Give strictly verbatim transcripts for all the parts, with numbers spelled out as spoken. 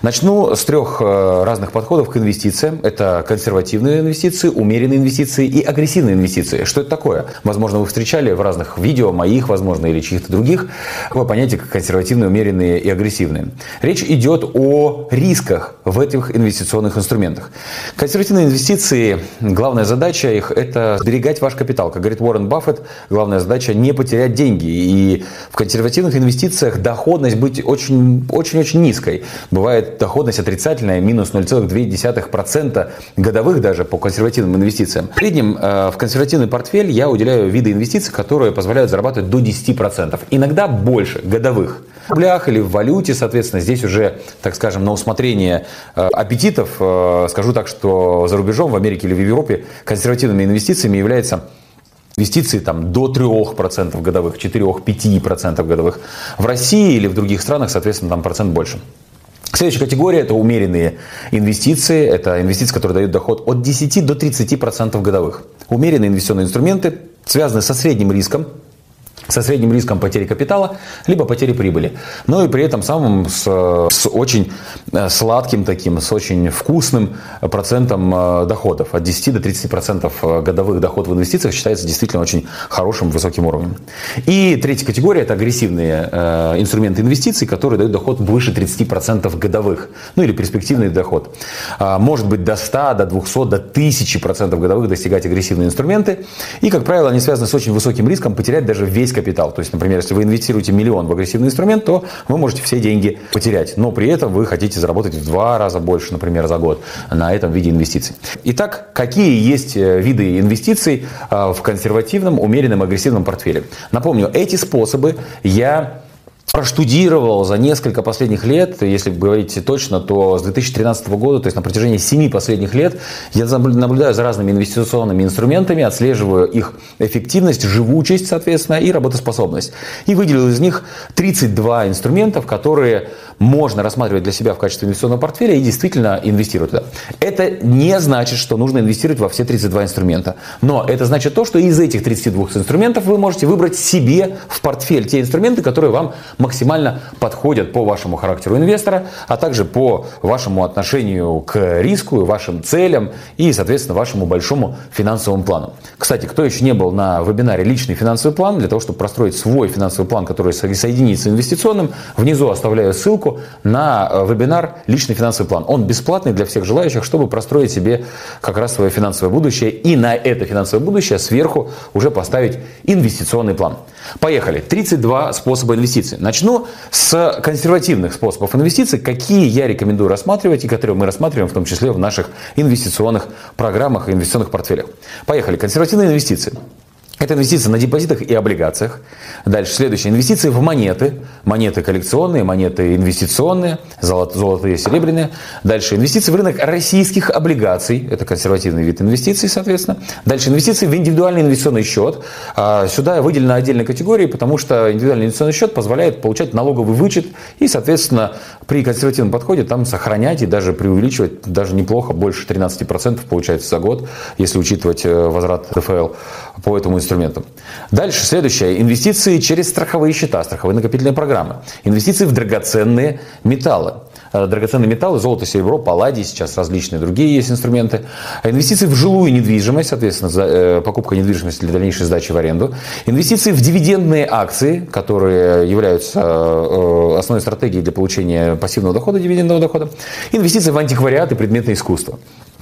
Начну с трех разных подходов к инвестициям. Это консервативные инвестиции, умеренные инвестиции и агрессивные инвестиции. Что это такое? Возможно, вы встречали в разных видео, моих, возможно, или чьих-то других, такое понятие, как консервативные, умеренные и агрессивные. Речь идет о рисках в этих инвестиционных инструментах. Консервативные инвестиции, главная задача их – это сберегать ваш капитал. Как говорит Уоррен Баффет, главная задача – не потерять деньги. И в консервативных инвестициях доходность быть очень-очень низкой. Бывает доходность отрицательная, минус ноль целых две десятых процента годовых даже по консервативным инвестициям. В среднем в консервативный портфель я уделяю виды инвестиций, которые позволяют зарабатывать до десяти процентов. Иногда больше, годовых. В рублях или в валюте, соответственно, здесь уже, так скажем, на усмотрение э, аппетитов. Э, скажу так, что за рубежом, в Америке или в Европе, консервативными инвестициями являются инвестиции там, до трёх процентов годовых, четырёх-пяти процентов годовых. В России или в других странах, соответственно, там процент больше. Следующая категория – это умеренные инвестиции. Это инвестиции, которые дают доход от десяти до тридцати процентов годовых. Умеренные инвестиционные инструменты связаны со средним риском. со средним риском потери капитала, либо потери прибыли. Но и при этом самым с, с очень сладким таким, с очень вкусным процентом доходов. От десяти до тридцати процентов годовых доход в инвестициях считается действительно очень хорошим, высоким уровнем. И третья категория – это агрессивные э, инструменты инвестиций, которые дают доход выше тридцати процентов годовых. Ну или перспективный доход. А, может быть до ста, до двухсот, до тысячи процентов годовых достигать агрессивные инструменты. И, как правило, они связаны с очень высоким риском потерять даже весь капитал. То есть, например, если вы инвестируете миллион в агрессивный инструмент, то вы можете все деньги потерять. Но при этом вы хотите заработать в два раза больше, например, за год на этом виде инвестиций. Итак, какие есть виды инвестиций в консервативном, умеренном, агрессивном портфеле? Напомню, эти способы я проштудировал за несколько последних лет, если говорить точно, то с две тысячи тринадцатого года, то есть на протяжении семи последних лет, я наблюдаю за разными инвестиционными инструментами, отслеживаю их эффективность, живучесть, соответственно, и работоспособность. И выделил из них тридцать два инструмента, которые можно рассматривать для себя в качестве инвестиционного портфеля и действительно инвестировать туда. Это не значит, что нужно инвестировать во все тридцать два инструмента. Но это значит то, что из этих тридцати двух инструментов вы можете выбрать себе в портфель те инструменты, которые вам максимально подходят по вашему характеру инвестора, а также по вашему отношению к риску, вашим целям и, соответственно, вашему большому финансовому плану. Кстати, кто еще не был на вебинаре «Личный финансовый план», для того, чтобы простроить свой финансовый план, который соединится с инвестиционным, внизу оставляю ссылку на вебинар «Личный финансовый план». Он бесплатный для всех желающих, чтобы простроить себе как раз свое финансовое будущее и на это финансовое будущее сверху уже поставить инвестиционный план. Поехали. тридцать два способа инвестиций. Начну с консервативных способов инвестиций, какие я рекомендую рассматривать и которые мы рассматриваем в том числе в наших инвестиционных программах и инвестиционных портфелях. Поехали. Консервативные инвестиции. Это инвестиции на депозитах и облигациях. Дальше следующее. Инвестиции в монеты. Монеты коллекционные, монеты инвестиционные, золотые, серебряные. Дальше инвестиции в рынок российских облигаций. Это консервативный вид инвестиций, соответственно. Дальше инвестиции в индивидуальный инвестиционный счет. Сюда выделена отдельная категория, потому что индивидуальный инвестиционный счет позволяет получать налоговый вычет и, соответственно, при консервативном подходе там сохранять и даже преувеличивать даже неплохо, больше тринадцати процентов получается за год, если учитывать возврат эн дэ эф эл по этому инструменту. Дальше, следующее. Инвестиции через страховые счета, страховые накопительные программы. Инвестиции в драгоценные металлы. Драгоценные металлы, золото, серебро, палладий, сейчас различные другие есть инструменты. Инвестиции в жилую недвижимость, соответственно, покупка недвижимости для дальнейшей сдачи в аренду. Инвестиции в дивидендные акции, которые являются основной стратегией для получения пассивного дохода, дивидендного дохода. Инвестиции в антиквариат и предметное искусство.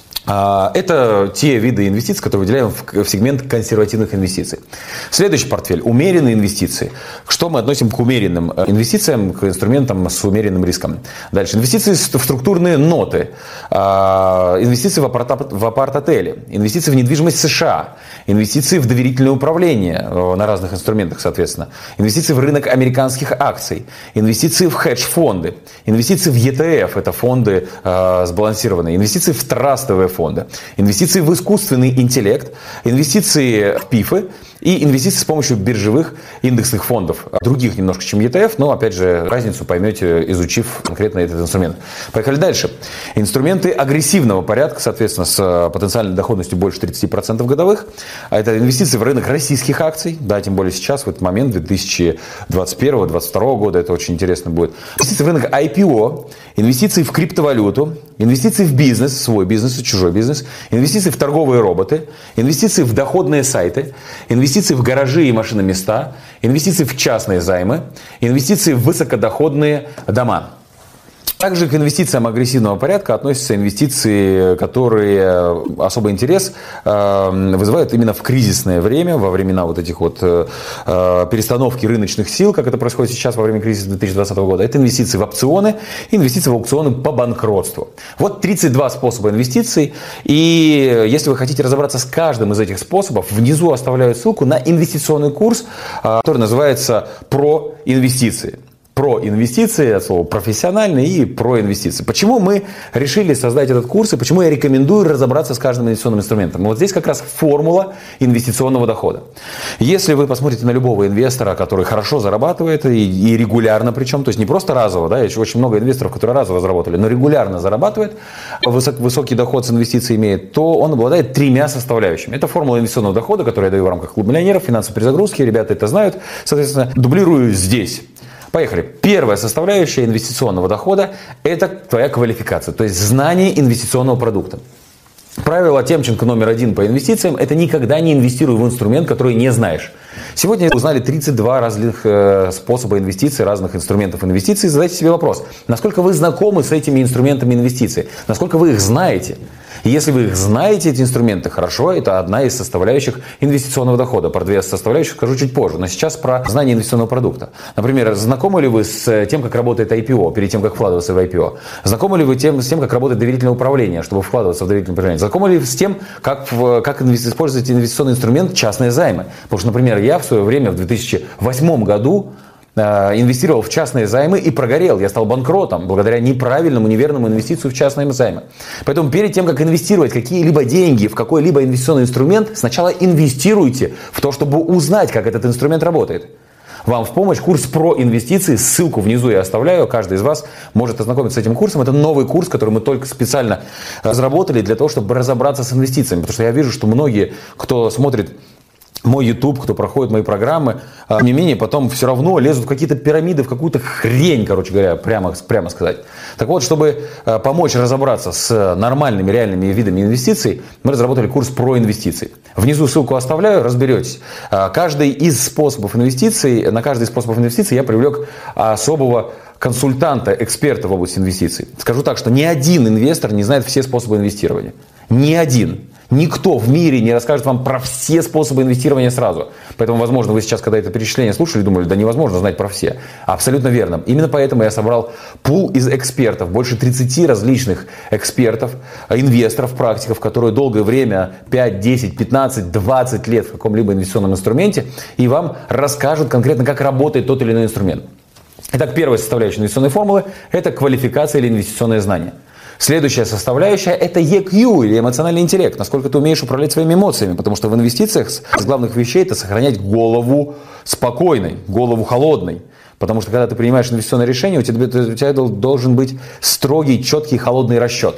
Это те виды инвестиций, которые выделяем в сегмент консервативных инвестиций. Следующий портфель – умеренные инвестиции. Что мы относим к умеренным инвестициям, к инструментам с умеренным риском? Дальше. Инвестиции в структурные ноты, инвестиции в апарт-отели, инвестиции в недвижимость США, инвестиции в доверительное управление на разных инструментах, соответственно, инвестиции в рынок американских акций, инвестиции в хедж-фонды, инвестиции в и ти эф – это фонды сбалансированные, инвестиции в трастовые фонды. фонда, инвестиции в искусственный интеллект, инвестиции в пифы, и инвестиции с помощью биржевых индексных фондов. Других немножко, чем и ти эф, но, опять же, разницу поймете, изучив конкретно этот инструмент. Поехали дальше. Инструменты агрессивного порядка, соответственно, с потенциальной доходностью больше тридцати процентов годовых. Это инвестиции в рынок российских акций. Да, тем более сейчас, в этот момент, две тысячи двадцать первого — две тысячи двадцать второго года, это очень интересно будет. Инвестиции в рынок ай пи о, инвестиции в криптовалюту, инвестиции в бизнес, свой бизнес и чужой бизнес, инвестиции в торговые роботы, инвестиции в доходные сайты, инвестиции в гаражи и машиноместа, инвестиции в частные займы, инвестиции в высокодоходные дома. Также к инвестициям агрессивного порядка относятся инвестиции, которые особый интерес вызывают именно в кризисное время, во времена вот этих вот перестановки рыночных сил, как это происходит сейчас во время кризиса две тысячи двадцатого года. Это инвестиции в опционы, инвестиции в аукционы по банкротству. Вот тридцать два способа инвестиций. И если вы хотите разобраться с каждым из этих способов, внизу оставляю ссылку на инвестиционный курс, который называется «Про инвестиции». Про инвестиции, от слова профессиональные, и про инвестиции. Почему мы решили создать этот курс и почему я рекомендую разобраться с каждым инвестиционным инструментом? Вот здесь как раз формула инвестиционного дохода. Если вы посмотрите на любого инвестора, который хорошо зарабатывает и, и регулярно причем, то есть не просто разово, да, еще очень много инвесторов, которые разово заработали, но регулярно зарабатывает, высок, высокий доход с инвестиций имеет, то он обладает тремя составляющими. Это формула инвестиционного дохода, которую я даю в рамках клуба миллионеров, финансовой перезагрузки, ребята это знают, соответственно, дублирую здесь. Поехали. Первая составляющая инвестиционного дохода – это твоя квалификация, то есть знание инвестиционного продукта. Правило Темченко номер один по инвестициям – это никогда не инвестируй в инструмент, который не знаешь. Сегодня узнали тридцать два разных э, способа инвестиций, разных инструментов инвестиций. Задайте себе вопрос, насколько вы знакомы с этими инструментами инвестиций, насколько вы их знаете. И если вы их знаете, эти инструменты, хорошо, это одна из составляющих инвестиционного дохода. Про две составляющих скажу чуть позже. Но сейчас про знание инвестиционного продукта. Например, знакомы ли вы с тем, как работает ай пи о, перед тем, как вкладываться в ай пи о? Знакомы ли вы тем, с тем, как работает доверительное управление, чтобы вкладываться в доверительное управление? Знакомы ли вы с тем, как, как использовать инвестиционный инструмент частные займы? Потому что, например, я в свое время, в две тысячи восьмом году, инвестировал в частные займы и прогорел. Я стал банкротом благодаря неправильному, неверному инвестицию в частные займы. Поэтому перед тем, как инвестировать какие-либо деньги в какой-либо инвестиционный инструмент, сначала инвестируйте в то, чтобы узнать, как этот инструмент работает. Вам в помощь курс про инвестиции, ссылку внизу я оставляю, каждый из вас может ознакомиться с этим курсом. Это новый курс, который мы только специально разработали для того, чтобы разобраться с инвестициями. Потому что я вижу, что многие, кто смотрит мой YouTube, кто проходит мои программы, тем не менее, потом все равно лезут в какие-то пирамиды, в какую-то хрень, короче говоря, прямо, прямо сказать. Так вот, чтобы помочь разобраться с нормальными, реальными видами инвестиций, мы разработали курс про инвестиции. Внизу ссылку оставляю, разберетесь. Каждый из способов инвестиций, на каждый из способов инвестиций я привлек особого консультанта, эксперта в области инвестиций. Скажу так, что ни один инвестор не знает все способы инвестирования. Ни один. Никто в мире не расскажет вам про все способы инвестирования сразу. Поэтому, возможно, вы сейчас, когда это перечисление слушали, думали, да невозможно знать про все. Абсолютно верно. Именно поэтому я собрал пул из экспертов, больше тридцати различных экспертов, инвесторов, практиков, которые долгое время, пять, десять, пятнадцать, двадцать лет в каком-либо инвестиционном инструменте, и вам расскажут конкретно, как работает тот или иной инструмент. Итак, первая составляющая инвестиционной формулы – это квалификация или инвестиционное знание. Следующая составляющая – это и кью или эмоциональный интеллект. Насколько ты умеешь управлять своими эмоциями. Потому что в инвестициях из главных вещей – это сохранять голову спокойной, голову холодной. Потому что когда ты принимаешь инвестиционное решение, у тебя, у тебя должен быть строгий, четкий, холодный расчет.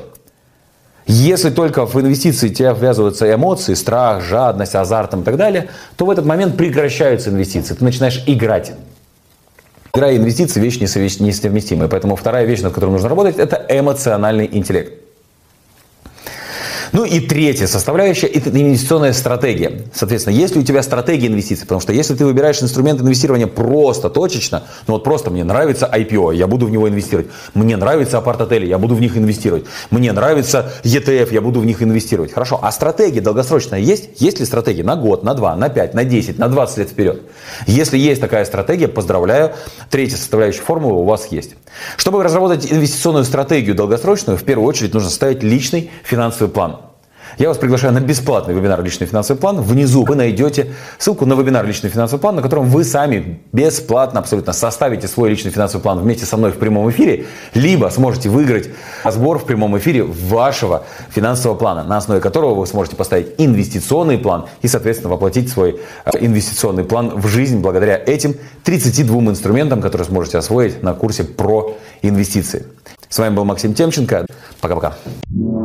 Если только в инвестиции тебя ввязываются эмоции, страх, жадность, азарт и так далее, то в этот момент прекращаются инвестиции. Ты начинаешь играть. Игра и инвестиции – вещь несовместимая. Поэтому вторая вещь, над которой нужно работать – это эмоциональный интеллект. Ну и третья составляющая – это инвестиционная стратегия. Соответственно, если у тебя стратегия инвестиций, потому что если ты выбираешь инструмент инвестирования просто, точечно, ну вот просто мне нравится ай пи о, я буду в него инвестировать. Мне нравится апарт-отели, я буду в них инвестировать. Мне нравится и ти эф, я буду в них инвестировать. Хорошо, а стратегия долгосрочная есть? Есть ли стратегия на год, на два, на пять, на десять, на двадцать лет вперед? Если есть такая стратегия, поздравляю, третья составляющая формулы у вас есть. Чтобы разработать инвестиционную стратегию долгосрочную, в первую очередь нужно составить личный финансовый план. я вас приглашаю на бесплатный вебинар «Личный финансовый план». Внизу вы найдете ссылку на вебинар «Личный финансовый план», на котором вы сами бесплатно абсолютно составите свой личный финансовый план вместе со мной в прямом эфире, либо сможете выиграть разбор в прямом эфире вашего финансового плана, на основе которого вы сможете поставить инвестиционный план и, соответственно, воплотить свой инвестиционный план в жизнь благодаря этим тридцати двум инструментам, которые сможете освоить на курсе про инвестиции. С вами был Максим Темченко. Пока-пока.